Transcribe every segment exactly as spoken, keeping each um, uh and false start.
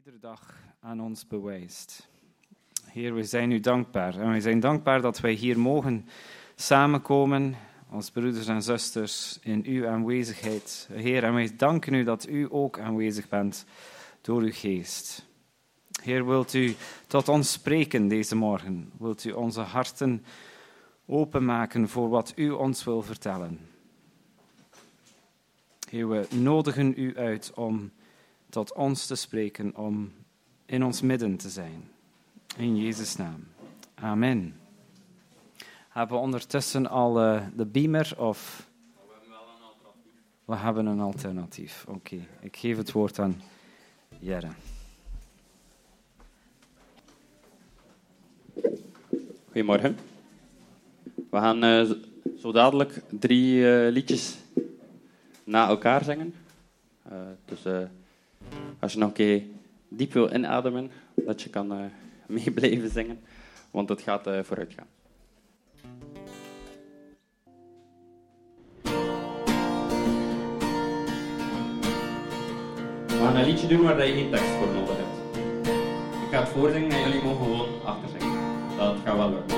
iedere dag aan ons bewijst. Heer, we zijn u dankbaar. En we zijn dankbaar dat wij hier mogen samenkomen, als broeders en zusters, in uw aanwezigheid. Heer, en wij danken u dat u ook aanwezig bent door uw geest. Heer, wilt u tot ons spreken deze morgen? Wilt u onze harten openmaken voor wat u ons wil vertellen? Heer, we nodigen u uit om tot ons te spreken, om in ons midden te zijn. In Jezus' naam. Amen. Hebben we ondertussen al uh, de beamer of... We hebben wel een alternatief. We hebben een alternatief. Oké, okay. Ik geef het woord aan Jere. Goedemorgen. We gaan uh, zo dadelijk drie uh, liedjes na elkaar zingen. Uh, dus uh, als je nog een keer diep wil inademen, dat je kan uh, mee blijven zingen, want het gaat uh, vooruit gaan. We gaan een liedje doen waar je geen tekst voor nodig hebt. Ik ga het voorzingen en jullie mogen gewoon achterzingen. Dat gaat wel lukken.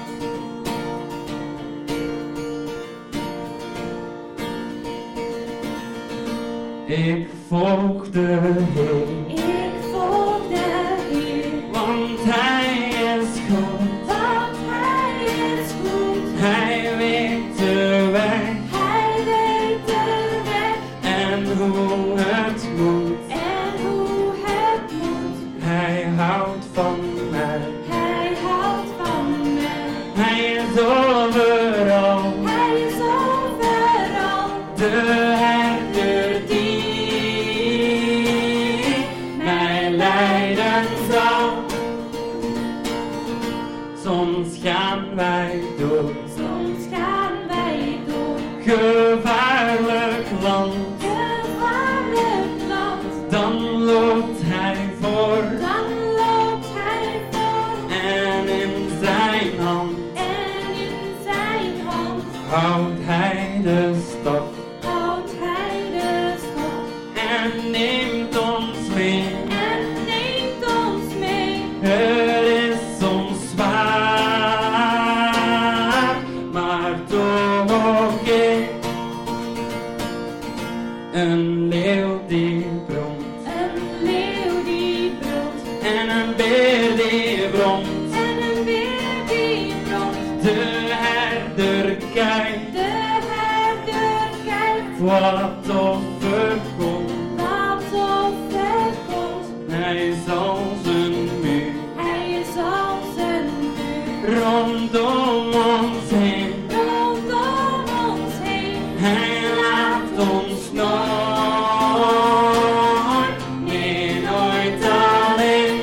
Ik volg de Heer. Ik volg de Heer. Want Hij is goed. Want Hij is goed. Hij weet de weg. Hij weet de weg. En hoe het moet. En hoe het moet. Hij houdt van mij. Hij houdt van mij. Hij is overal. Hij is overal. De herder die mij leiden zal. Soms gaan wij door Soms gaan wij door gevaarlijk land. gevaarlijk land. Dan loopt hij voor Dan loopt hij voor. en in zijn hand En in zijn hand houdt hij de staf houdt hij de staf. en neemt ons mee. En neemt ons mee. Het is soms zwaar, maar toch oké. Een leeuw die bromt Een leeuw die bromt. en een beer die bromt. En een beer die bromt. De herder kijkt De herder kijkt wat of er komt. wat of er komt. Hij zal zijn muur Hij is als een muur rondom ons heen. rondom ons heen. Hij laat ons nooit, nee, nooit alleen.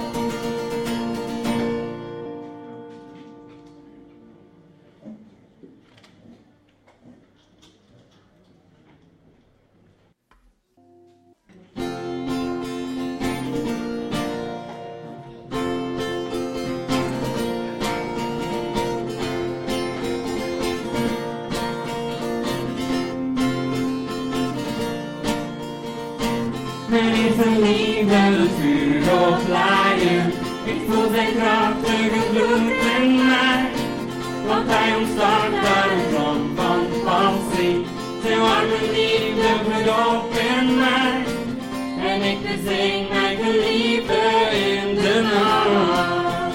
Mijn lieve liefde, het vuur oplaaien. Ik voel zijn krachtige bloed in mij. Want hij ontstaat uit een vlam van passie. Zijn warme liefde bloedt op in mij. En ik bezing mijn geliefde in de nacht.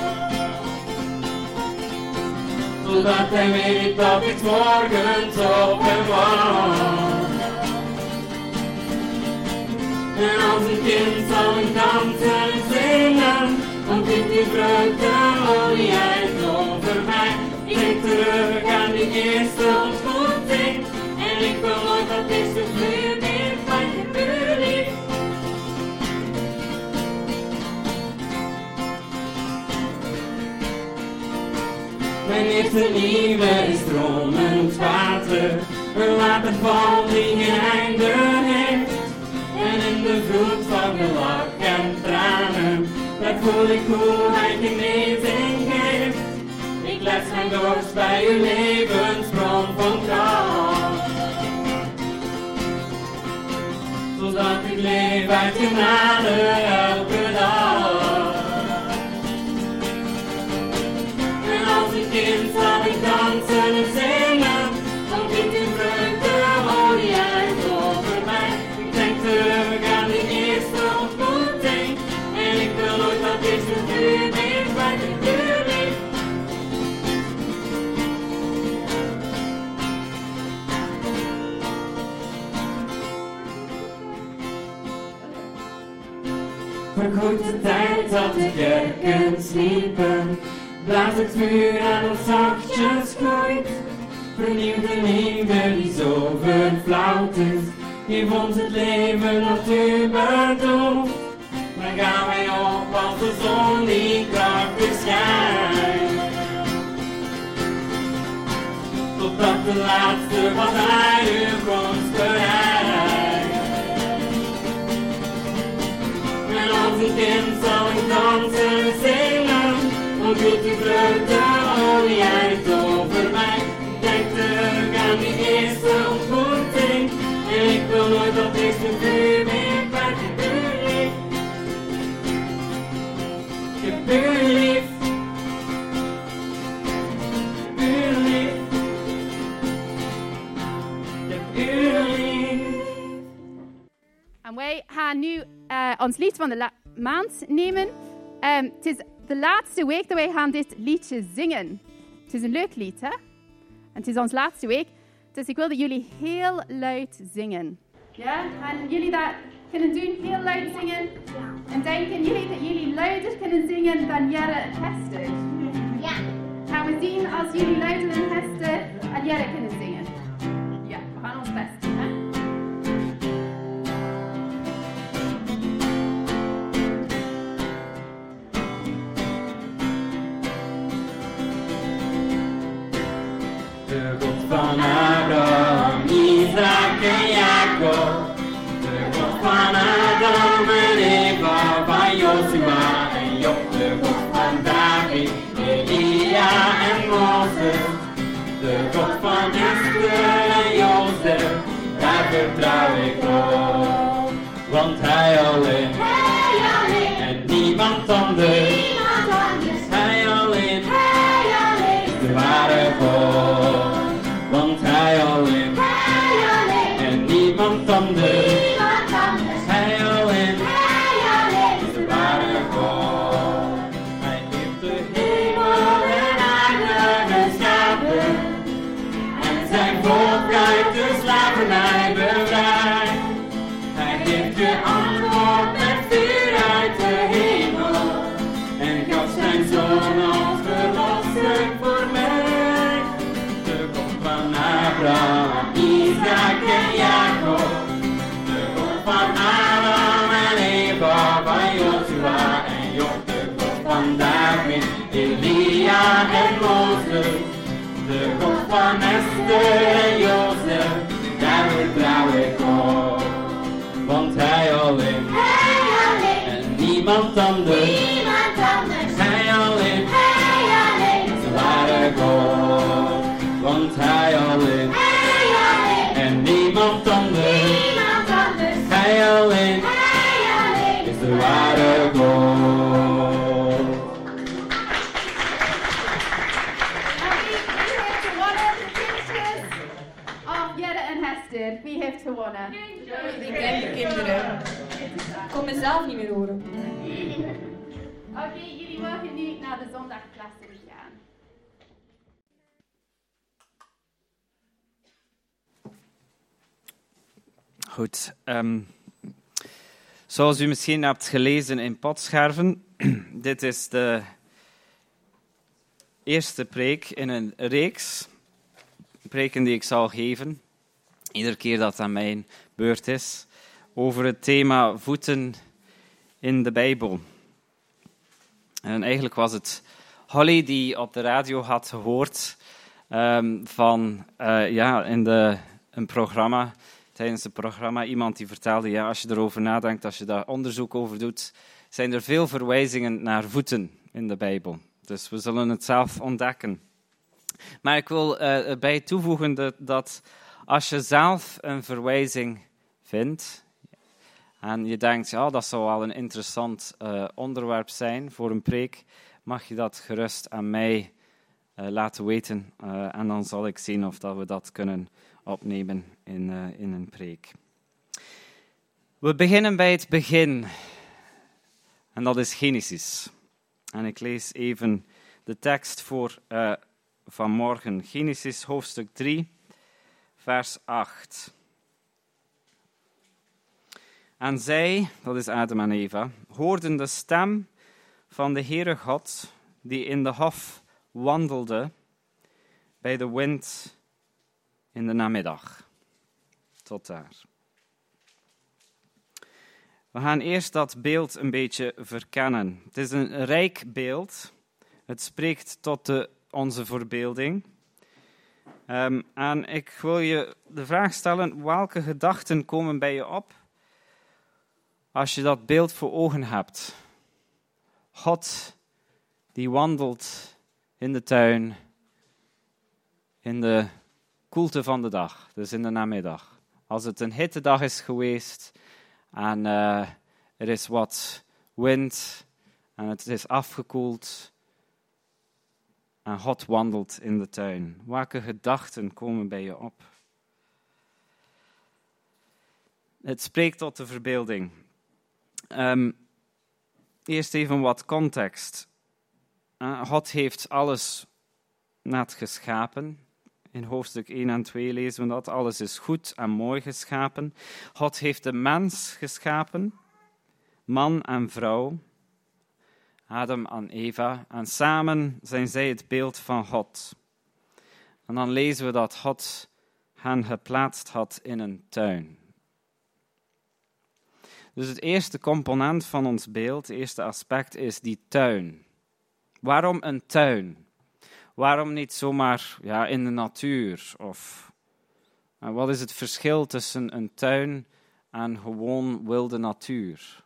Zodat hij weet dat ik 's morgens op hem wacht. En als een kind zal ik dansen en zingen, want dit is vreugde, olie uit over mij. Ik denk terug aan die eerste ontmoeting, en ik wil nooit dat deze vuur meer van je buurt ligt. Mijn eerste liefde is stromend water, een waterval die geen einde heeft. En in de vloed van de lach en tranen, daar voel ik hoe hij genezing geeft. Ik les mijn dorst bij uw levensbron van kracht. Zodat ik leef uit genade elke Vergoed de tijd dat de kerken sliepen. Blaas het vuur aan ons zachtjes groeit. Vernieuw de liefde die zo verflauwd is. Geef ons het leven dat u bedoelt. Dan gaan wij op als de zon die krachtig schijnt. Totdat de laatste wat uit uw komst bereikt. En als een kind zal ik dansen en zingen. Want doet uw vreugde olie uit over mij. Denk terug aan die eerste ontmoeting. En ik wil nooit dat eerste vuur meer kwijt. Ik heb u lief. Ik heb u lief. Ik heb u lief. Ik heb u lief. En wij gaan nu uh, ons lied van de la- maand nemen. Um, het is de laatste week dat wij gaan dit liedje zingen. Het is een leuk lied, hè? En het is ons laatste week. Dus ik wil dat jullie heel luid zingen. Ja? En jullie dat kunnen doen, heel luid zingen. En denken jullie dat jullie luider kunnen zingen dan Jelle en Hester? Ja. Gaan we zien als jullie luider dan Hester en Jelle kunnen zingen. Ja, we gaan ons best doen, hè? De God van Abraham, Isaac en Jacob. De God van Adam en Eva, van Joshua en Job. De God van David, Elia en Mozes. De God van Esther en Jozef, daar vertrouw ik op. Want hij alleen, Hij alleen, en niemand anders. niemand anders. Hij alleen, Hij alleen, de ware God. Want hij alleen, hij alleen, en niemand anders. niemand anders. Hij alleen, Hij alleen, is de ware God. Hij heeft de hemel en aarde geschapen. En zijn volk uit de slavernij bevrijd. Hij heeft geantwoord met vuur uit de hemel. En gaf zijn zoon als verlosser voor mij. De God van Abraham, Isaac en Jacob. De God van Adam en Eva, van Joshua en Job. De God van David, Elia en Mozes. De God van Esther en Jozef, daar vertrouw ik op. Want hij alleen, hij alleen, en niemand anders. niemand anders. Hij alleen, Hij alleen, is de ware God. Want hij alleen, hij alleen, en niemand anders. niemand anders. Hij alleen, Hij alleen, is de ware God. En wie, wie heeft gewonnen? De kindjes of Jelle en Hester? Wie heeft gewonnen? Die kleine kinderen. Ik kon mezelf niet meer horen. Oké, okay, jullie mogen nu naar de zondagklasse gaan. Goed. Um, zoals u misschien hebt gelezen in Potscherven, dit is de eerste preek in een reeks preken die ik zal geven, iedere keer dat aan mijn beurt is, over het thema voeten in de Bijbel. En eigenlijk was het Holly die op de radio had gehoord um, van uh, ja, in de, een programma, tijdens het programma, iemand die vertelde, ja, als je erover nadenkt, als je daar onderzoek over doet, zijn er veel verwijzingen naar voeten in de Bijbel. Dus we zullen het zelf ontdekken. Maar ik wil uh, erbij toevoegen dat, dat als je zelf een verwijzing vindt en je denkt, ja, dat zou wel een interessant uh, onderwerp zijn voor een preek, mag je dat gerust aan mij uh, laten weten. Uh, en dan zal ik zien of dat we dat kunnen opnemen in, uh, in een preek. We beginnen bij het begin. En dat is Genesis. En ik lees even de tekst voor uh, vanmorgen. Genesis hoofdstuk drie, vers acht. En zij, dat is Adam en Eva, hoorden de stem van de Heere God, die in de hof wandelde bij de wind in de namiddag. Tot daar. We gaan eerst dat beeld een beetje verkennen. Het is een rijk beeld. Het spreekt tot de, onze verbeelding. Um, en ik wil je de vraag stellen, welke gedachten komen bij je op als je dat beeld voor ogen hebt? God die wandelt in de tuin in de koelte van de dag, dus in de namiddag. Als het een hittedag is geweest en uh, er is wat wind en het is afgekoeld en God wandelt in de tuin. Welke gedachten komen bij je op? Het spreekt tot de verbeelding. Um, eerst even wat context. Uh, God heeft alles net geschapen. In hoofdstuk één en twee lezen we dat. Alles is goed en mooi geschapen. God heeft de mens geschapen. Man en vrouw. Adam en Eva. En samen zijn zij het beeld van God. En dan lezen we dat God hen geplaatst had in een tuin. Dus het eerste component van ons beeld, het eerste aspect, is die tuin. Waarom een tuin? Waarom niet zomaar ja, in de natuur? Of, en wat is het verschil tussen een tuin en gewoon wilde natuur?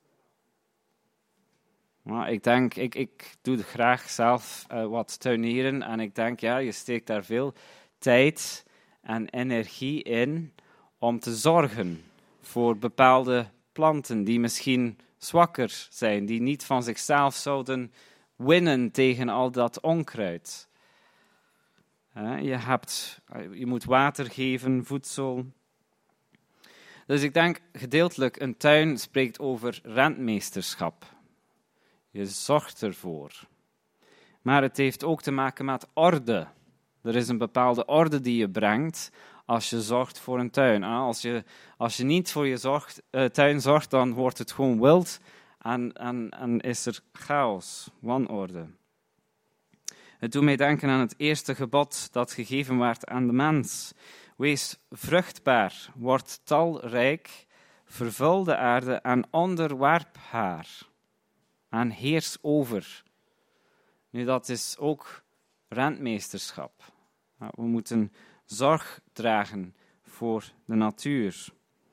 Nou, ik denk, ik, ik doe graag zelf uh, wat tuinieren en ik denk, ja, je steekt daar veel tijd en energie in om te zorgen voor bepaalde planten die misschien zwakker zijn, die niet van zichzelf zouden winnen tegen al dat onkruid. Je, hebt, je moet water geven, voedsel. Dus ik denk gedeeltelijk, een tuin spreekt over rentmeesterschap. Je zorgt ervoor. Maar het heeft ook te maken met orde. Er is een bepaalde orde die je brengt als je zorgt voor een tuin. Als je, als je niet voor je zorgt, uh, tuin zorgt, dan wordt het gewoon wild en, en, en is er chaos, wanorde. Het doet mij denken aan het eerste gebod dat gegeven werd aan de mens. Wees vruchtbaar, word talrijk, vervul de aarde en onderwerp haar. En heers over. Nu, dat is ook rentmeesterschap. We moeten zorg dragen voor de natuur.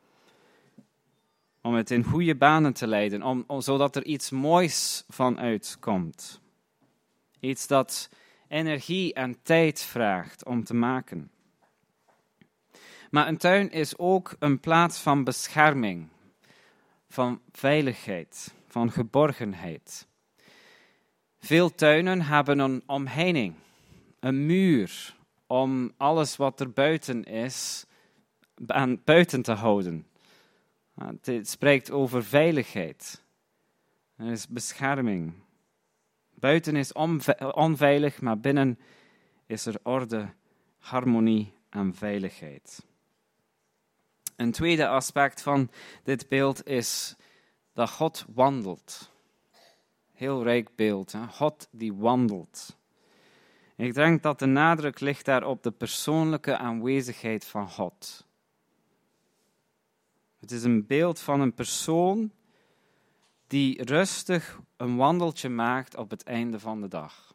Om het in goede banen te leiden, om, om, zodat er iets moois van uitkomt. Iets dat energie en tijd vraagt om te maken. Maar een tuin is ook een plaats van bescherming, van veiligheid, van geborgenheid. Veel tuinen hebben een omheining, een muur, om alles wat er buiten is, aan buiten te houden. Het spreekt over veiligheid. Er is bescherming. Buiten is onveilig, maar binnen is er orde, harmonie en veiligheid. Een tweede aspect van dit beeld is dat God wandelt. Heel rijk beeld, hè? God die wandelt. Ik denk dat de nadruk ligt daar op de persoonlijke aanwezigheid van God. Het is een beeld van een persoon die rustig een wandeltje maakt op het einde van de dag.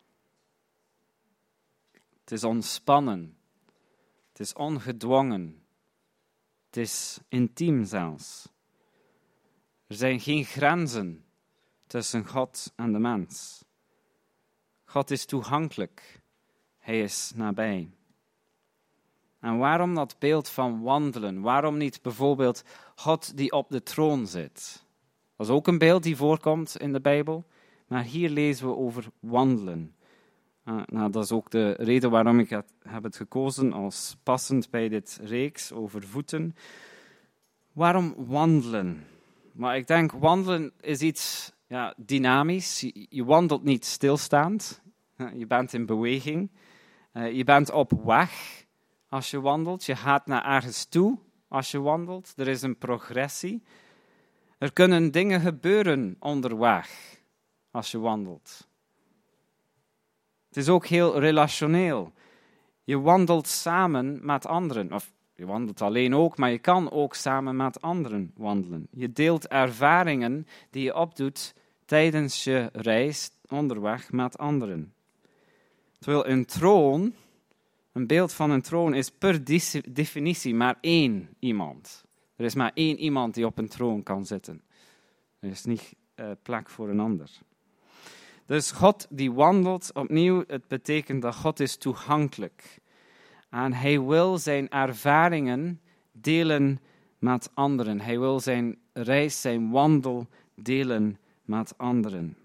Het is ontspannen. Het is ongedwongen. Het is intiem zelfs. Er zijn geen grenzen tussen God en de mens. God is toegankelijk. Hij is nabij. En waarom dat beeld van wandelen? Waarom niet bijvoorbeeld God die op de troon zit? Dat is ook een beeld die voorkomt in de Bijbel. Maar hier lezen we over wandelen. Uh, nou, dat is ook de reden waarom ik het, heb het gekozen als passend bij dit reeks over voeten. Waarom wandelen? Maar ik denk, wandelen is iets ja, dynamisch. Je, je wandelt niet stilstaand. Je bent in beweging. Uh, je bent op weg als je wandelt. Je gaat naar ergens toe als je wandelt. Er is een progressie. Er kunnen dingen gebeuren onderweg als je wandelt. Het is ook heel relationeel. Je wandelt samen met anderen. Of je wandelt alleen ook, maar je kan ook samen met anderen wandelen. Je deelt ervaringen die je opdoet tijdens je reis onderweg met anderen. Terwijl een troon, een beeld van een troon, is per definitie maar één iemand. Er is maar één iemand die op een troon kan zitten. Er is niet uh, plek voor een ander. Dus God die wandelt, opnieuw, het betekent dat God is toegankelijk. En hij wil zijn ervaringen delen met anderen. Hij wil zijn reis, zijn wandel delen met anderen.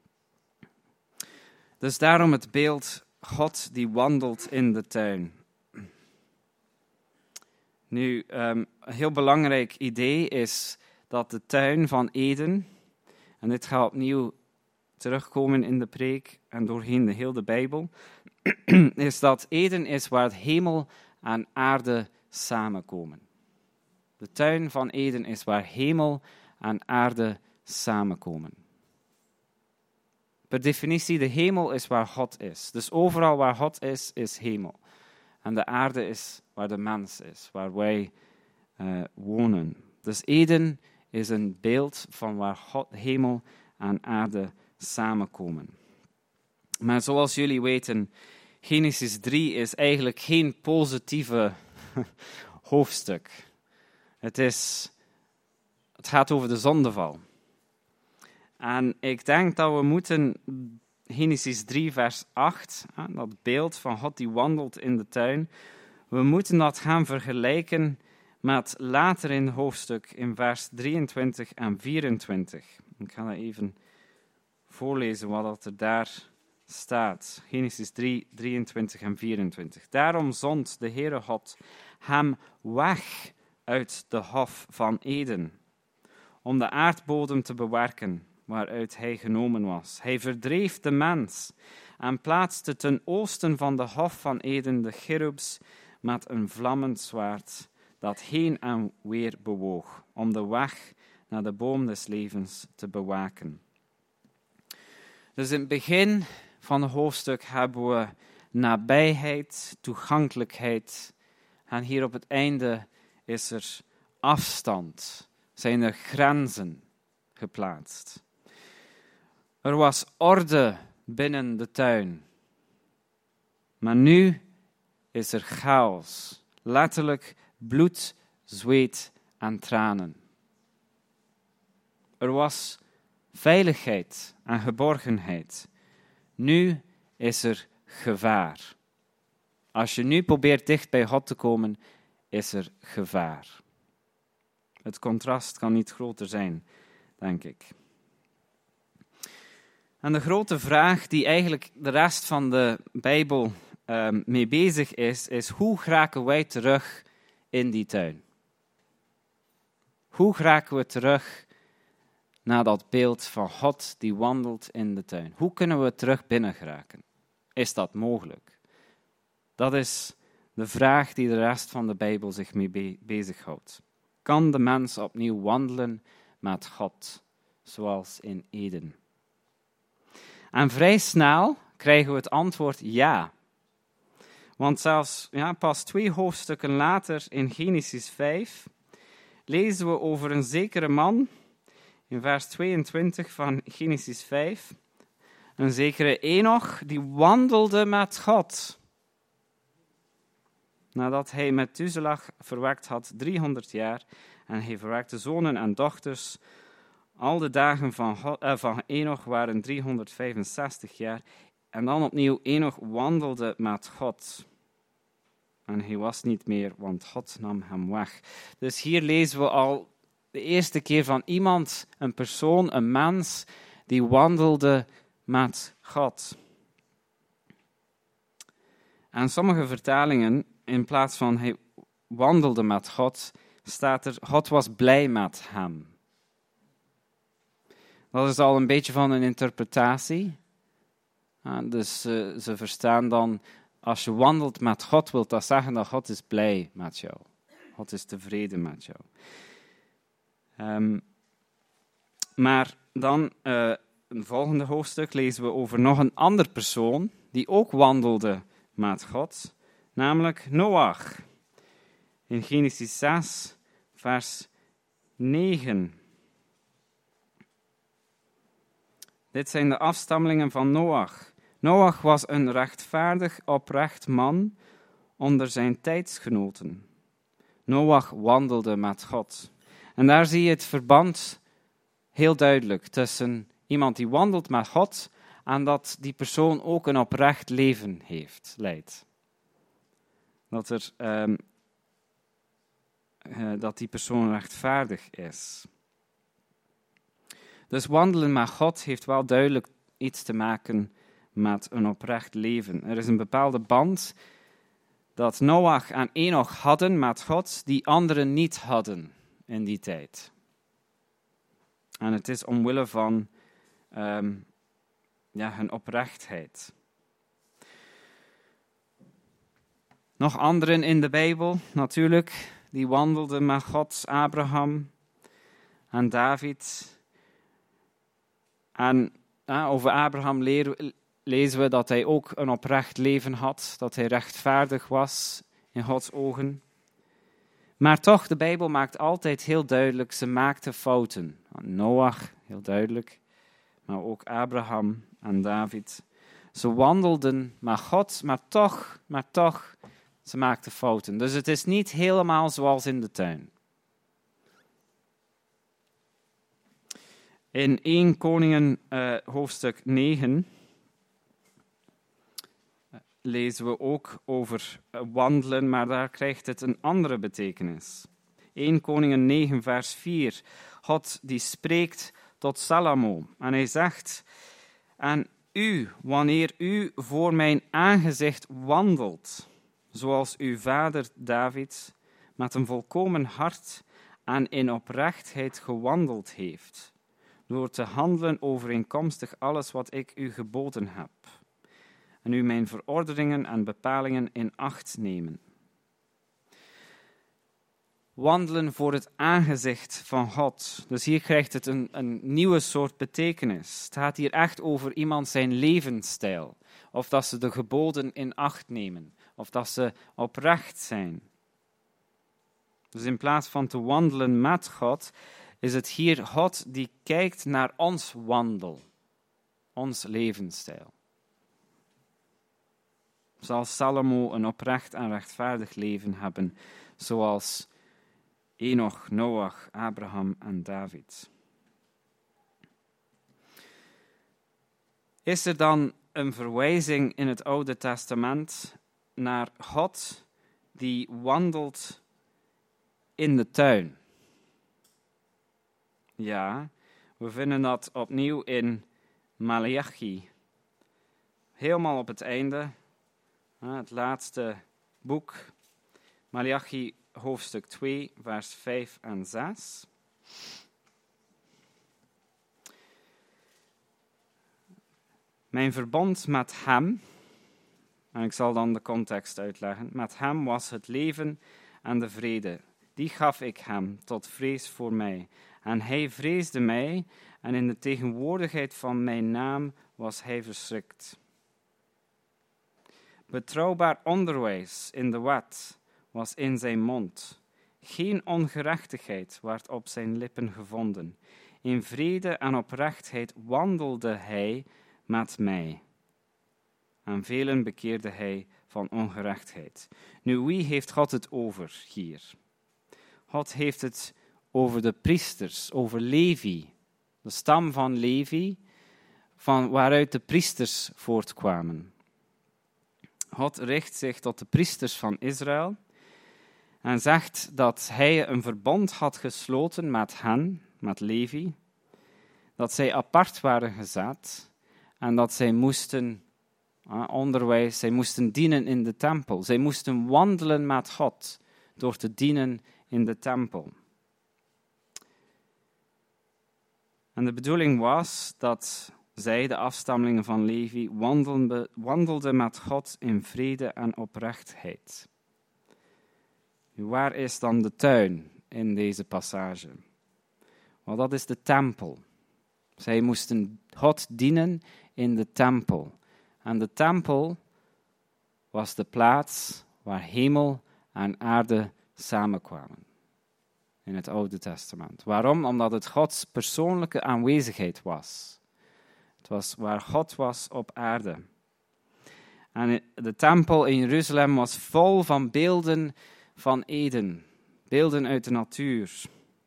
Dus daarom het beeld God die wandelt in de tuin. Nu, um, een heel belangrijk idee is dat de tuin van Eden, en dit gaat opnieuw terugkomen in de preek en doorheen de hele Bijbel, is dat Eden is waar hemel en aarde samenkomen. De tuin van Eden is waar hemel en aarde samenkomen. Per definitie, de hemel is waar God is. Dus overal waar God is, is hemel. En de aarde is waar de mens is, waar wij uh, wonen. Dus Eden is een beeld van waar God, hemel en aarde samenkomen. Maar zoals jullie weten, Genesis drie is eigenlijk geen positieve hoofdstuk. Het, is, het gaat over de zondeval. En ik denk dat we moeten Genesis drie vers acht, dat beeld van God die wandelt in de tuin, we moeten dat gaan vergelijken met later in het hoofdstuk in vers drieëntwintig en vierentwintig. Ik ga dat even voorlezen wat er daar staat. Genesis drie, drieëntwintig en vierentwintig. Daarom zond de Heere God hem weg uit de hof van Eden, om de aardbodem te bewerken waaruit hij genomen was. Hij verdreef de mens en plaatste ten oosten van de hof van Eden de cherubs met een vlammend zwaard dat heen en weer bewoog, om de weg naar de boom des levens te bewaken. Dus in het begin van het hoofdstuk hebben we nabijheid, toegankelijkheid. En hier op het einde is er afstand, zijn er grenzen geplaatst. Er was orde binnen de tuin. Maar nu is er chaos. Letterlijk bloed, zweet en tranen. Er was veiligheid en geborgenheid. Nu is er gevaar. Als je nu probeert dicht bij God te komen, is er gevaar. Het contrast kan niet groter zijn, denk ik. En de grote vraag die eigenlijk de rest van de Bijbel uh, mee bezig is, is hoe geraken wij terug in die tuin? Hoe geraken we terug naar dat beeld van God die wandelt in de tuin? Hoe kunnen we terug binnen geraken? Is dat mogelijk? Dat is de vraag die de rest van de Bijbel zich mee be- bezighoudt. Kan de mens opnieuw wandelen met God, zoals in Eden? En vrij snel krijgen we het antwoord ja. Want zelfs ja, pas twee hoofdstukken later in Genesis vijf lezen we over een zekere man, in vers tweeëntwintig van Genesis vijf, een zekere Enoch, die wandelde met God. Nadat hij Methuselah verwekt had, driehonderd jaar, en hij verwekte zonen en dochters. Al de dagen van, God, uh, van Enoch waren driehonderdvijfenzestig jaar. En dan opnieuw, Enoch wandelde met God. En hij was niet meer, want God nam hem weg. Dus hier lezen we al de eerste keer van iemand, een persoon, een mens, die wandelde met God. En sommige vertalingen, in plaats van hij wandelde met God, staat er, God was blij met hem. Dat is al een beetje van een interpretatie. Ja, dus uh, ze verstaan dan, als je wandelt met God, wil dat zeggen dat God is blij met jou. God is tevreden met jou. Um, Maar dan, uh, een volgende hoofdstuk, lezen we over nog een ander persoon die ook wandelde met God, namelijk Noach. In Genesis zes, vers negen. Dit zijn de afstammelingen van Noach. Noach was een rechtvaardig, oprecht man onder zijn tijdsgenoten. Noach wandelde met God. En daar zie je het verband heel duidelijk tussen iemand die wandelt met God en dat die persoon ook een oprecht leven heeft, leidt. Dat, er, um, uh, dat die persoon rechtvaardig is. Dus wandelen met God heeft wel duidelijk iets te maken met een oprecht leven. Er is een bepaalde band dat Noach en Enoch hadden met God, die anderen niet hadden in die tijd. En het is omwille van um, ja, hun oprechtheid. Nog anderen in de Bijbel, natuurlijk, die wandelden met God, Abraham en David. En ja, over Abraham leren, lezen we dat hij ook een oprecht leven had, dat hij rechtvaardig was in Gods ogen. Maar toch, de Bijbel maakt altijd heel duidelijk, ze maakten fouten. Noach, heel duidelijk, maar ook Abraham en David. Ze wandelden met God, maar toch, maar toch, ze maakten fouten. Dus het is niet helemaal zoals in de tuin. In Eerste Koningen uh, hoofdstuk negen lezen we ook over wandelen, maar daar krijgt het een andere betekenis. Eerste Koningen negen, vers vier. God die spreekt tot Salomo en hij zegt: en u, wanneer u voor mijn aangezicht wandelt, zoals uw vader David met een volkomen hart en in oprechtheid gewandeld heeft, door te handelen overeenkomstig alles wat ik u geboden heb, en u mijn verordeningen en bepalingen in acht nemen. Wandelen voor het aangezicht van God. Dus hier krijgt het een, een nieuwe soort betekenis. Het gaat hier echt over iemand zijn levensstijl. Of dat ze de geboden in acht nemen. Of dat ze oprecht zijn. Dus in plaats van te wandelen met God, is het hier God die kijkt naar ons wandel. Ons levensstijl. Zal Salomo een oprecht en rechtvaardig leven hebben, zoals Enoch, Noach, Abraham en David. Is er dan een verwijzing in het Oude Testament naar God die wandelt in de tuin? Ja, we vinden dat opnieuw in Maleachi. Helemaal op het einde, het laatste boek, Maleachi hoofdstuk twee, vers vijf en zes. Mijn verbond met hem, en ik zal dan de context uitleggen, met hem was het leven en de vrede. Die gaf ik hem tot vrees voor mij. En hij vreesde mij, en in de tegenwoordigheid van mijn naam was hij verschrikt. Betrouwbaar onderwijs in de wet was in zijn mond. Geen ongerechtigheid werd op zijn lippen gevonden. In vrede en oprechtheid wandelde hij met mij. En velen bekeerde hij van ongerechtheid. Nu, wie heeft God het over hier? God heeft het over de priesters, over Levi. De stam van Levi, van waaruit de priesters voortkwamen. God richt zich tot de priesters van Israël en zegt dat hij een verbond had gesloten met hen, met Levi, dat zij apart waren gezet en dat zij moesten uh, onderwijs, zij moesten dienen in de tempel. Zij moesten wandelen met God door te dienen in de tempel. En de bedoeling was dat zij, de afstammelingen van Levi, wandelden met God in vrede en oprechtheid. Nu, waar is dan de tuin in deze passage? Wel, dat is de tempel. Zij moesten God dienen in de tempel. En de tempel was de plaats waar hemel en aarde samenkwamen. In het Oude Testament. Waarom? Omdat het Gods persoonlijke aanwezigheid was. Het was waar God was op aarde. En de tempel in Jeruzalem was vol van beelden van Eden. Beelden uit de natuur.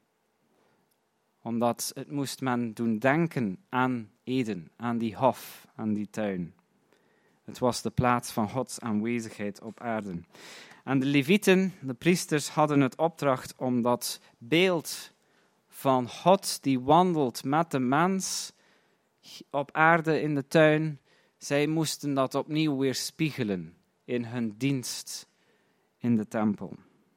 Omdat het moest men doen denken aan Eden, aan die hof, aan die tuin. Het was de plaats van Gods aanwezigheid op aarde. En de Levieten, de priesters, hadden het opdracht om dat beeld van God die wandelt met de mens op aarde in de tuin, zij moesten dat opnieuw weer spiegelen in hun dienst in de tempel.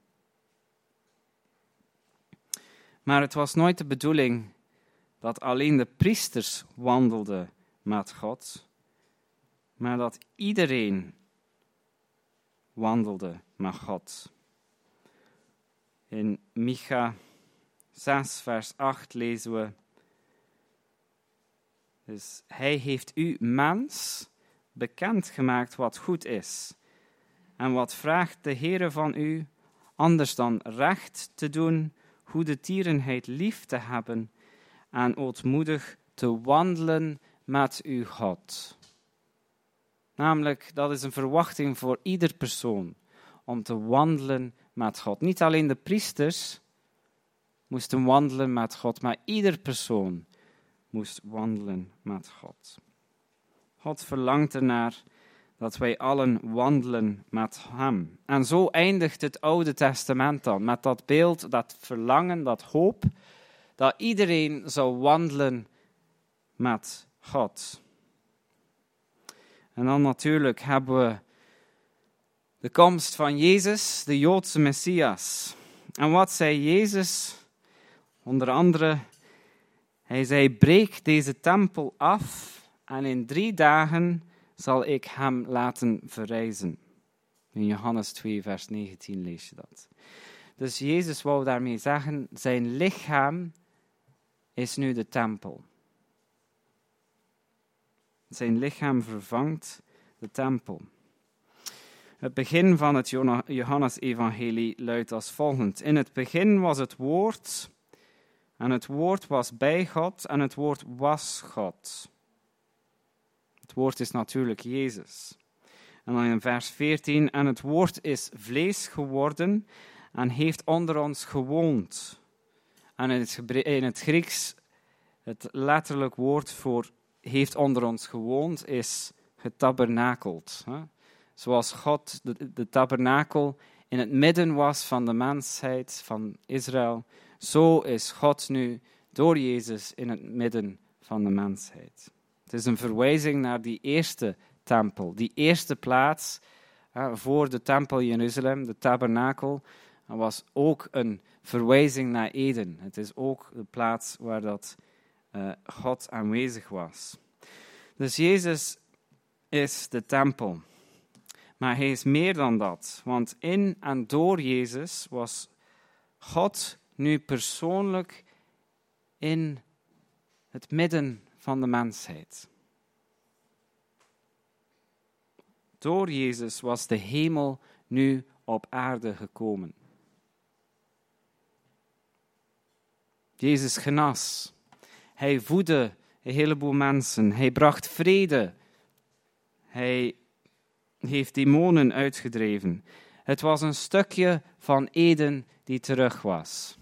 Maar het was nooit de bedoeling dat alleen de priesters wandelden met God, maar dat iedereen wandelde met God. In Micha zes, vers acht lezen we: Dus hij heeft u, mens, bekendgemaakt wat goed is. En wat vraagt de Heere van u, anders dan recht te doen, goede tierenheid lief te hebben en ootmoedig te wandelen met uw God. Namelijk, dat is een verwachting voor ieder persoon, om te wandelen met God. Niet alleen de priesters moesten wandelen met God, maar ieder persoon moest wandelen met God. God verlangt ernaar dat wij allen wandelen met hem. En zo eindigt het Oude Testament dan, met dat beeld, dat verlangen, dat hoop, dat iedereen zal wandelen met God. En dan natuurlijk hebben we de komst van Jezus, de Joodse Messias. En wat zei Jezus? Onder andere, hij zei: breek deze tempel af en in drie dagen zal ik hem laten verrijzen. In Johannes twee, vers negentien lees je dat. Dus Jezus wou daarmee zeggen, zijn lichaam is nu de tempel. Zijn lichaam vervangt de tempel. Het begin van het Johannes-evangelie luidt als volgt. In het begin was het woord, en het woord was bij God, en het woord was God. Het woord is natuurlijk Jezus. En dan in vers veertien, en het woord is vlees geworden en heeft onder ons gewoond. En in het, in het Grieks, het letterlijk woord voor heeft onder ons gewoond, is getabernakeld. Hè? Zoals God, de, de tabernakel, in het midden was van de mensheid, van Israël, zo is God nu door Jezus in het midden van de mensheid. Het is een verwijzing naar die eerste tempel, die eerste plaats hè, voor de tempel in Jeruzalem, de tabernakel, was ook een verwijzing naar Eden. Het is ook de plaats waar dat uh, God aanwezig was. Dus Jezus is de tempel. Maar hij is meer dan dat. Want in en door Jezus was God nu persoonlijk in het midden van de mensheid. Door Jezus was de hemel nu op aarde gekomen. Jezus genas. Hij voedde een heleboel mensen. Hij bracht vrede. Hij heeft demonen uitgedreven. Het was een stukje van Eden die terug was.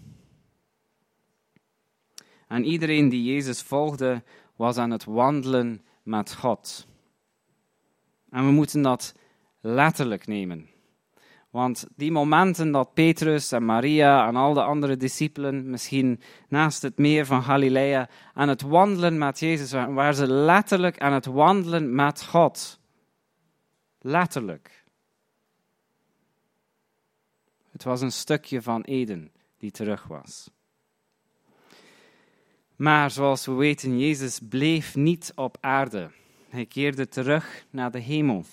En iedereen die Jezus volgde, was aan het wandelen met God. En we moeten dat letterlijk nemen. Want die momenten dat Petrus en Maria en al de andere discipelen, misschien naast het meer van Galilea, aan het wandelen met Jezus waren, waren ze letterlijk aan het wandelen met God. Letterlijk. Het was een stukje van Eden die terug was. Maar zoals we weten, Jezus bleef niet op aarde. Hij keerde terug naar de hemel.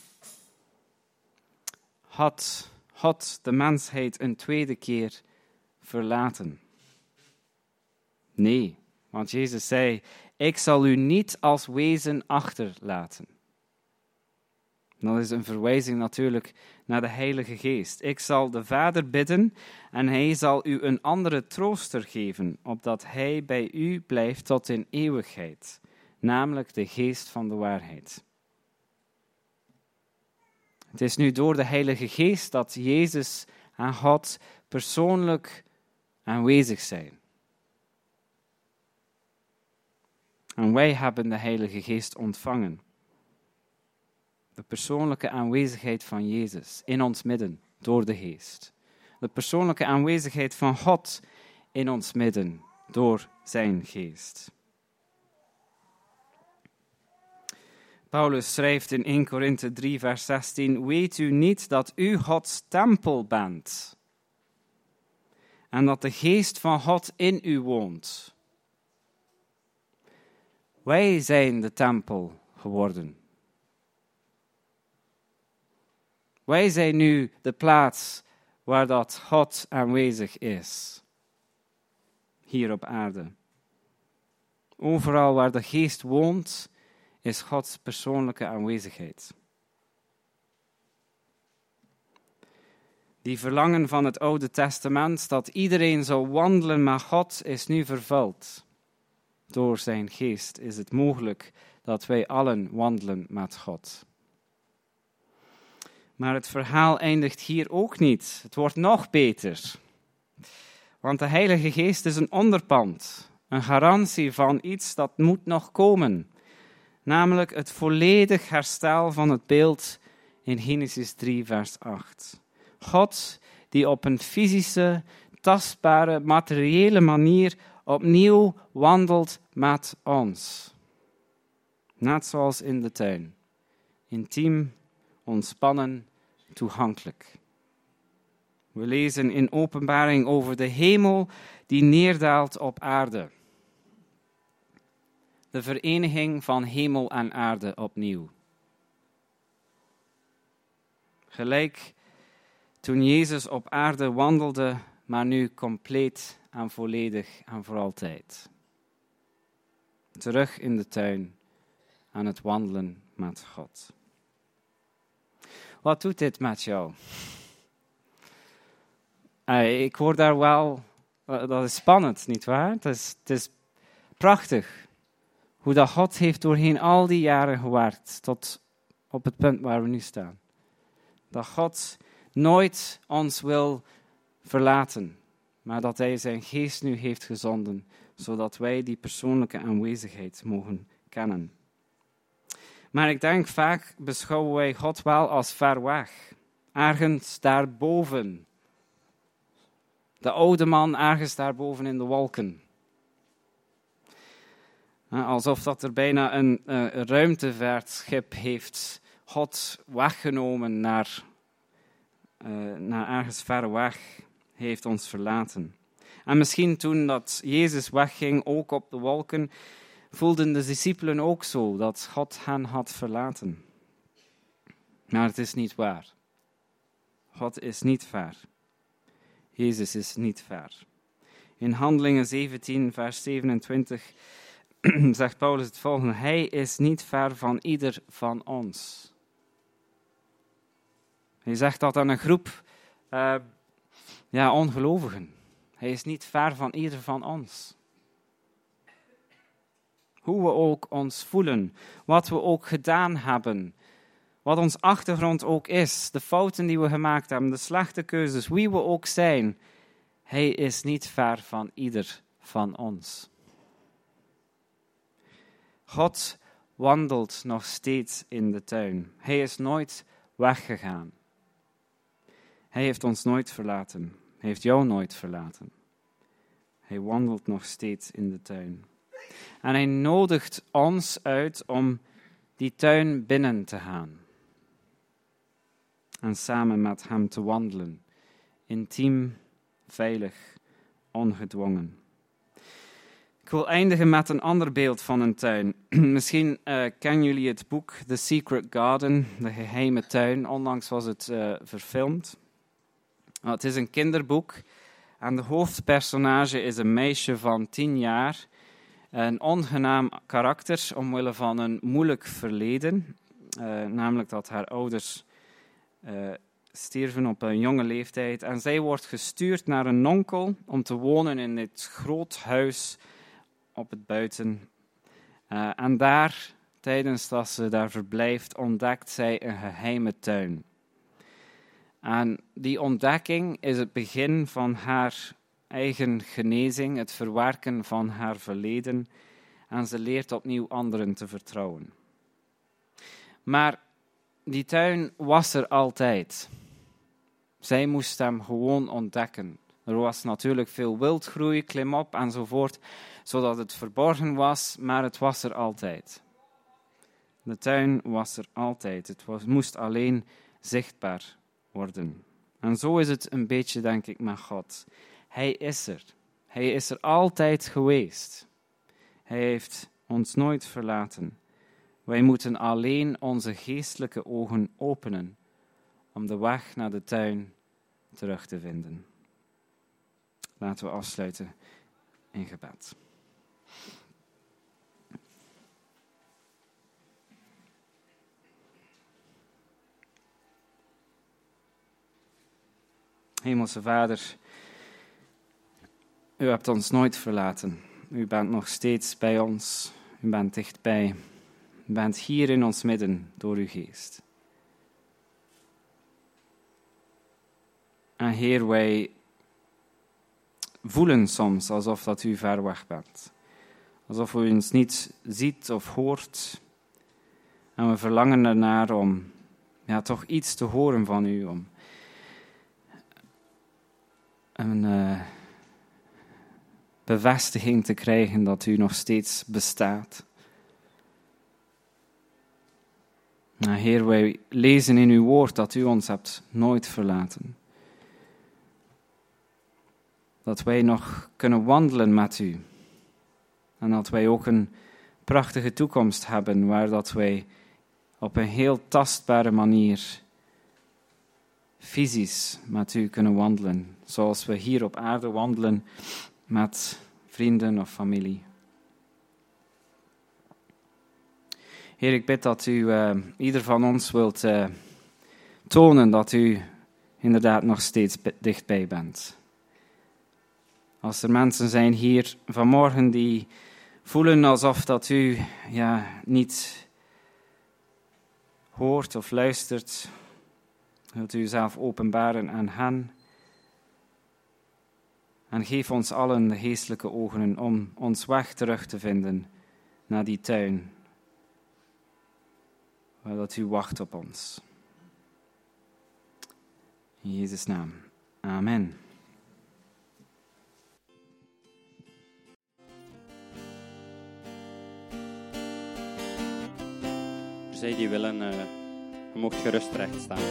Had God de mensheid een tweede keer verlaten? Nee, want Jezus zei, ik zal u niet als wezen achterlaten. Dat is een verwijzing natuurlijk naar de Heilige Geest. Ik zal de Vader bidden en hij zal u een andere trooster geven, opdat hij bij u blijft tot in eeuwigheid, namelijk de Geest van de waarheid. Het is nu door de Heilige Geest dat Jezus en God persoonlijk aanwezig zijn. En wij hebben de Heilige Geest ontvangen. De persoonlijke aanwezigheid van Jezus in ons midden door de Geest. De persoonlijke aanwezigheid van God in ons midden door zijn Geest. Paulus schrijft in eerste Korinthe drie, vers zestien, weet u niet dat u Gods tempel bent en dat de Geest van God in u woont? Wij zijn de tempel geworden. Wij zijn nu de plaats waar dat God aanwezig is. Hier op aarde. Overal waar de Geest woont, is Gods persoonlijke aanwezigheid. Die verlangen van het Oude Testament, dat iedereen zou wandelen met God, is nu vervuld. Door zijn Geest is het mogelijk dat wij allen wandelen met God. Maar het verhaal eindigt hier ook niet. Het wordt nog beter. Want de Heilige Geest is een onderpand, een garantie van iets dat moet nog komen. Namelijk het volledig herstel van het beeld in Genesis drie, vers acht. God die op een fysische, tastbare, materiële manier opnieuw wandelt met ons. Net zoals in de tuin. Intiem, ontspannen, toegankelijk. We lezen in Openbaring over de hemel die neerdaalt op aarde. De vereniging van hemel en aarde opnieuw. Gelijk toen Jezus op aarde wandelde, maar nu compleet en volledig en voor altijd. Terug in de tuin aan het wandelen met God. Wat doet dit met jou? Uh, ik hoor daar wel, uh, dat is spannend, nietwaar? Het is, het is prachtig hoe dat God heeft doorheen al die jaren gewerkt tot op het punt waar we nu staan. Dat God nooit ons wil verlaten, maar dat hij zijn Geest nu heeft gezonden, zodat wij die persoonlijke aanwezigheid mogen kennen. Maar ik denk, vaak beschouwen wij God wel als ver weg. Ergens daarboven. De oude man ergens daarboven in de wolken. Alsof dat er bijna een, een ruimtevaartschip heeft God weggenomen naar, uh, naar ergens ver weg. Hij heeft ons verlaten. En misschien toen dat Jezus wegging, ook op de wolken, voelden de discipelen ook zo, dat God hen had verlaten. Maar het is niet waar. God is niet ver. Jezus is niet ver. In Handelingen zeventien, vers zevenentwintig, zegt Paulus het volgende. Hij is niet ver van ieder van ons. Hij zegt dat aan een groep uh, ja, ongelovigen. Hij is niet ver van ieder van ons. Hoe we ook ons voelen, wat we ook gedaan hebben, wat ons achtergrond ook is, de fouten die we gemaakt hebben, de slechte keuzes, wie we ook zijn, hij is niet ver van ieder van ons. God wandelt nog steeds in de tuin. Hij is nooit weggegaan. Hij heeft ons nooit verlaten. Hij heeft jou nooit verlaten. Hij wandelt nog steeds in de tuin. En hij nodigt ons uit om die tuin binnen te gaan. En samen met hem te wandelen. Intiem, veilig, ongedwongen. Ik wil eindigen met een ander beeld van een tuin. Misschien uh, kennen jullie het boek The Secret Garden, de geheime tuin. Onlangs was het uh, verfilmd. Nou, het is een kinderboek. En de hoofdpersonage is een meisje van tien jaar. Een ongenaam karakter omwille van een moeilijk verleden. Uh, namelijk dat haar ouders uh, stierven op een jonge leeftijd. En zij wordt gestuurd naar een onkel om te wonen in dit groot huis op het buiten. Uh, en daar, tijdens dat ze daar verblijft, ontdekt zij een geheime tuin. En die ontdekking is het begin van haar eigen genezing, het verwerken van haar verleden. En ze leert opnieuw anderen te vertrouwen. Maar die tuin was er altijd. Zij moest hem gewoon ontdekken. Er was natuurlijk veel wildgroei, klimop enzovoort, zodat het verborgen was, maar het was er altijd. De tuin was er altijd. Het was, moest alleen zichtbaar worden. En zo is het een beetje, denk ik, met God. Hij is er. Hij is er altijd geweest. Hij heeft ons nooit verlaten. Wij moeten alleen onze geestelijke ogen openen om de weg naar de tuin terug te vinden. Laten we afsluiten in gebed. Hemelse Vader, u hebt ons nooit verlaten. U bent nog steeds bij ons. U bent dichtbij. U bent hier in ons midden door uw geest. En Heer, wij voelen soms alsof dat u ver weg bent. Alsof u ons niet ziet of hoort. En we verlangen ernaar om ja, toch iets te horen van u. Om een uh, bevestiging te krijgen dat u nog steeds bestaat. Nou, Heer, wij lezen in uw woord dat u ons hebt nooit verlaten. Dat wij nog kunnen wandelen met u. En dat wij ook een prachtige toekomst hebben, waar dat wij op een heel tastbare manier fysisch met u kunnen wandelen. Zoals we hier op aarde wandelen met vrienden of familie. Heer, ik bid dat u uh, ieder van ons wilt uh, tonen dat u inderdaad nog steeds dichtbij bent. Als er mensen zijn hier vanmorgen die voelen alsof dat u ja, niet hoort of luistert, wilt u uzelf openbaren aan hen. En geef ons allen de geestelijke ogen om ons weg terug te vinden naar die tuin, waar dat u wacht op ons. In Jezus' naam. Amen. Zij die willen, uh, je mocht gerust recht staan.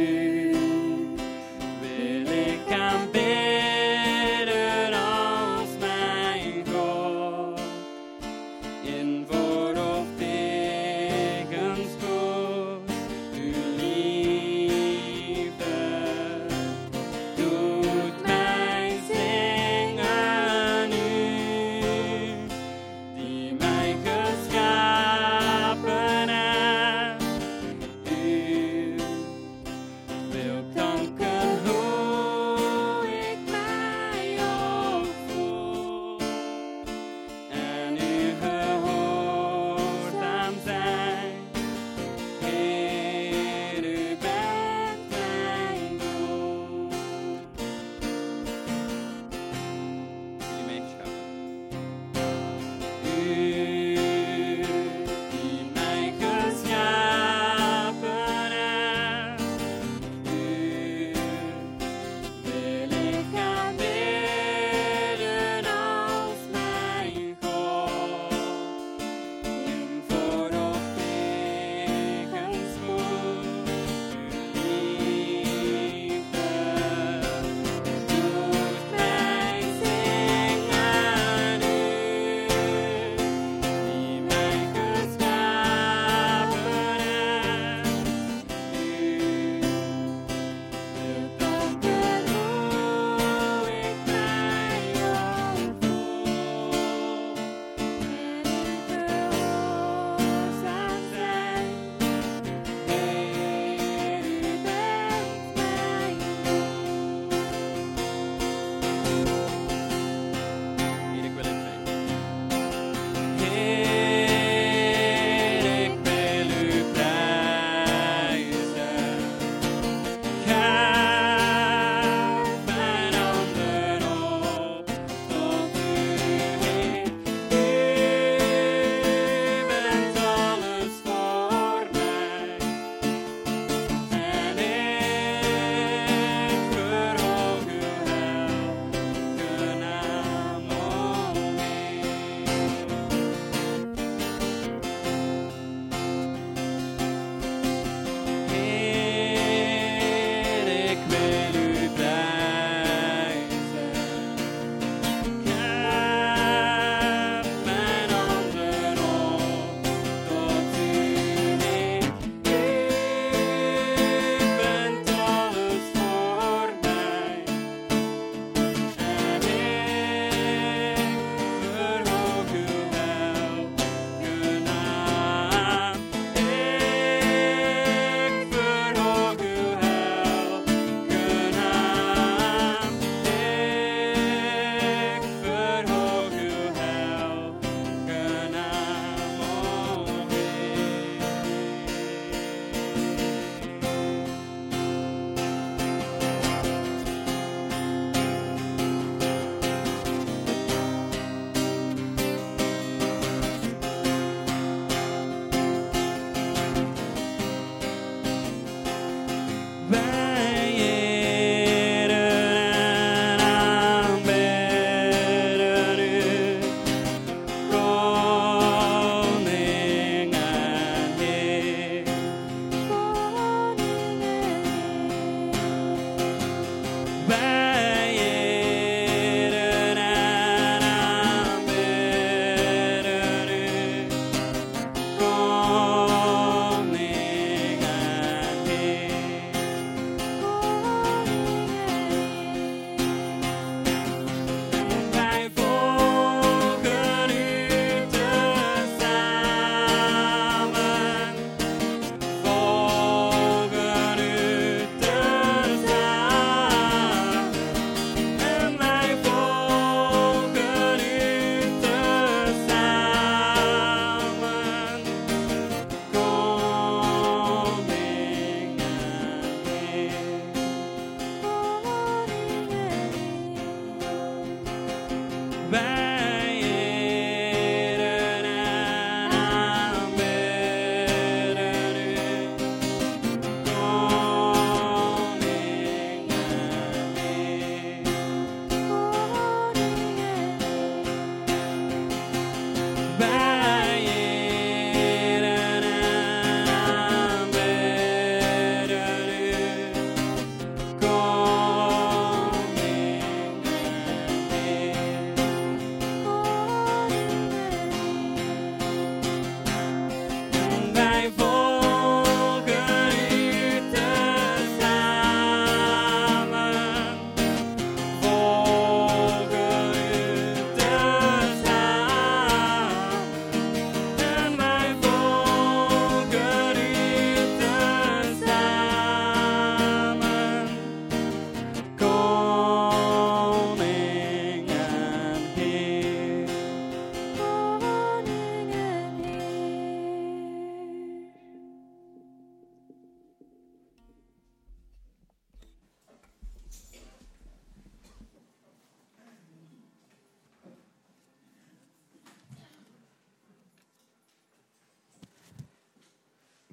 Wil ik aanbidden als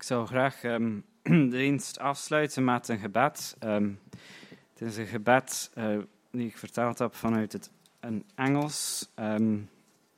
zou graag um, de dienst afsluiten met een gebed. Um, het is een gebed uh, die ik vertaald heb vanuit het een Engels. Um,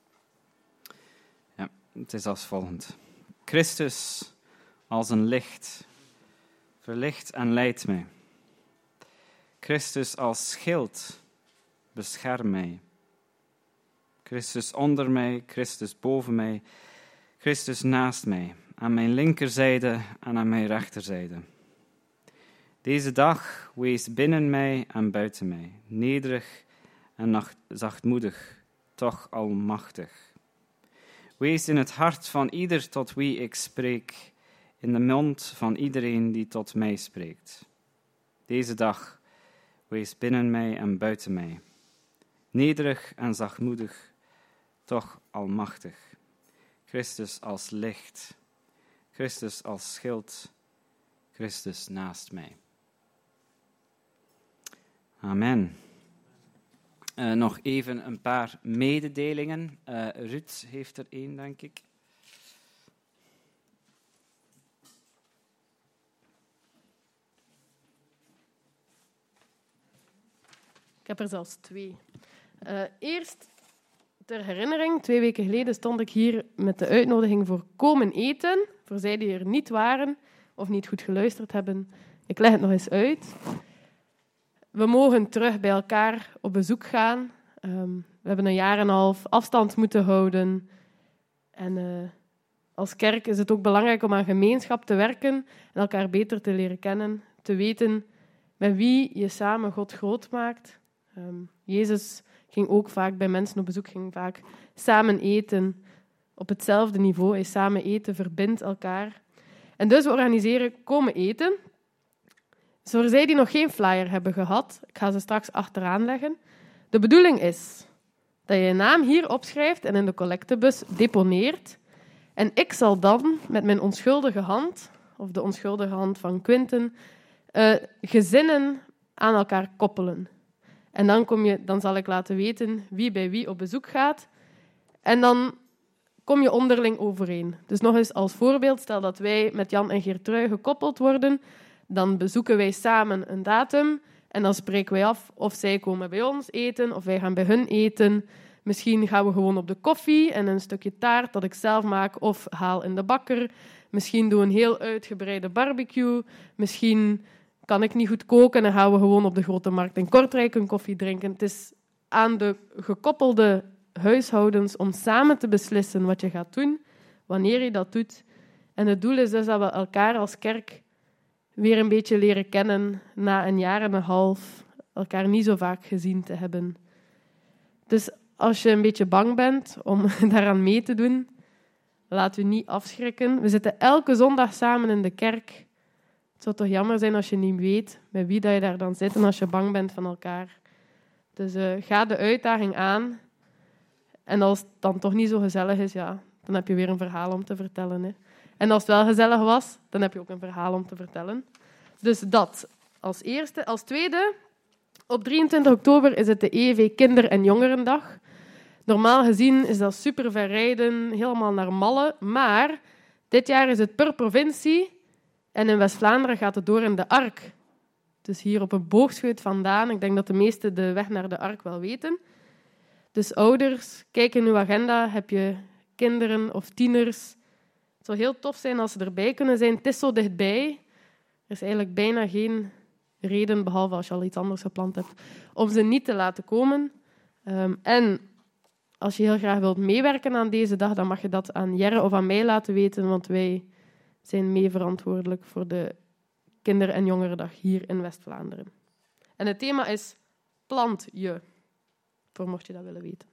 ja, het is als volgt. Christus als een licht, verlicht en leidt mij. Christus als schild, bescherm mij. Christus onder mij, Christus boven mij, Christus naast mij, aan mijn linkerzijde en aan mijn rechterzijde. Deze dag wees binnen mij en buiten mij, nederig en zachtmoedig, toch almachtig. Wees in het hart van ieder tot wie ik spreek, in de mond van iedereen die tot mij spreekt. Deze dag wees binnen mij en buiten mij, nederig en zachtmoedig, toch almachtig. Christus als licht, Christus als schild, Christus naast mij. Amen. Uh, nog even een paar mededelingen. Uh, Ruud heeft er één, denk ik. Ik heb er zelfs twee. Uh, eerst, ter herinnering, twee weken geleden stond ik hier met de uitnodiging voor komen eten. Voor zij die er niet waren of niet goed geluisterd hebben. Ik leg het nog eens uit. We mogen terug bij elkaar op bezoek gaan. Um, we hebben een jaar en een half afstand moeten houden. En uh, als kerk is het ook belangrijk om aan gemeenschap te werken en elkaar beter te leren kennen. Te weten met wie je samen God groot maakt. Um, Jezus ging ook vaak bij mensen op bezoek, ging vaak samen eten op hetzelfde niveau. Hij samen eten verbindt elkaar. En dus we organiseren komen eten. Dus voor zij die nog geen flyer hebben gehad, ik ga ze straks achteraan leggen. De bedoeling is dat je je naam hier opschrijft en in de collectebus deponeert. En ik zal dan met mijn onschuldige hand, of de onschuldige hand van Quinten, uh, gezinnen aan elkaar koppelen. En dan, kom je, dan zal ik laten weten wie bij wie op bezoek gaat. En dan kom je onderling overeen. Dus nog eens als voorbeeld, stel dat wij met Jan en Geertrui gekoppeld worden, dan bezoeken wij samen een datum en dan spreken wij af of zij komen bij ons eten of wij gaan bij hun eten. Misschien gaan we gewoon op de koffie en een stukje taart dat ik zelf maak of haal in de bakker. Misschien doen we een heel uitgebreide barbecue. Misschien kan ik niet goed koken en gaan we gewoon op de Grote Markt in Kortrijk een koffie drinken. Het is aan de gekoppelde huishoudens om samen te beslissen wat je gaat doen, wanneer je dat doet. En het doel is dus dat we elkaar als kerk weer een beetje leren kennen na een jaar en een half elkaar niet zo vaak gezien te hebben. Dus als je een beetje bang bent om daaraan mee te doen, laat u niet afschrikken. We zitten elke zondag samen in de kerk. Het zou toch jammer zijn als je niet weet met wie dat je daar dan zit en als je bang bent van elkaar. Dus uh, ga de uitdaging aan. En als het dan toch niet zo gezellig is, ja, dan heb je weer een verhaal om te vertellen. Hè. En als het wel gezellig was, dan heb je ook een verhaal om te vertellen. Dus dat als eerste. Als tweede, op drieëntwintig oktober is het de E E V Kinder- en Jongerendag. Normaal gezien is dat super ver rijden, helemaal naar Malle. Maar dit jaar is het per provincie. En in West-Vlaanderen gaat het door in de Ark. Dus hier op een boogscheut vandaan. Ik denk dat de meesten de weg naar de Ark wel weten. Dus ouders, kijk in uw agenda. Heb je kinderen of tieners? Het zou heel tof zijn als ze erbij kunnen zijn. Het is zo dichtbij. Er is eigenlijk bijna geen reden, behalve als je al iets anders gepland hebt, om ze niet te laten komen. Um, en als je heel graag wilt meewerken aan deze dag, dan mag je dat aan Jerre of aan mij laten weten, want wij zijn mee verantwoordelijk voor de Kinder- en Jongerendag hier in West-Vlaanderen. En het thema is plant je, voor mocht je dat willen weten.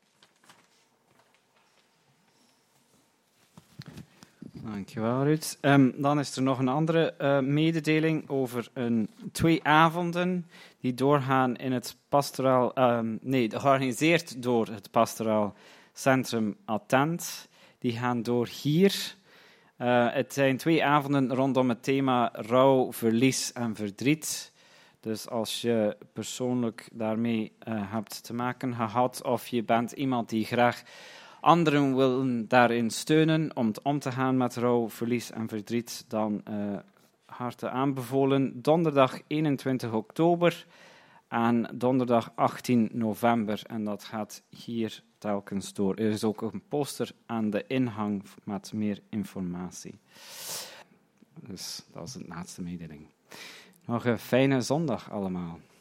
Dankjewel, Ruud. Um, dan is er nog een andere uh, mededeling over een, twee avonden die doorgaan in het pastoraal... Um, nee, georganiseerd door het pastoraal Centrum Attent. Die gaan door hier. Uh, het zijn twee avonden rondom het thema rouw, verlies en verdriet. Dus als je persoonlijk daarmee uh, hebt te maken gehad of je bent iemand die graag anderen willen daarin steunen om om te gaan met rouw, verlies en verdriet, dan uh, harte aanbevolen. Donderdag eenentwintig oktober en donderdag achttien november. En dat gaat hier telkens door. Er is ook een poster aan de ingang met meer informatie. Dus dat is het laatste mededeling. Nog een fijne zondag allemaal.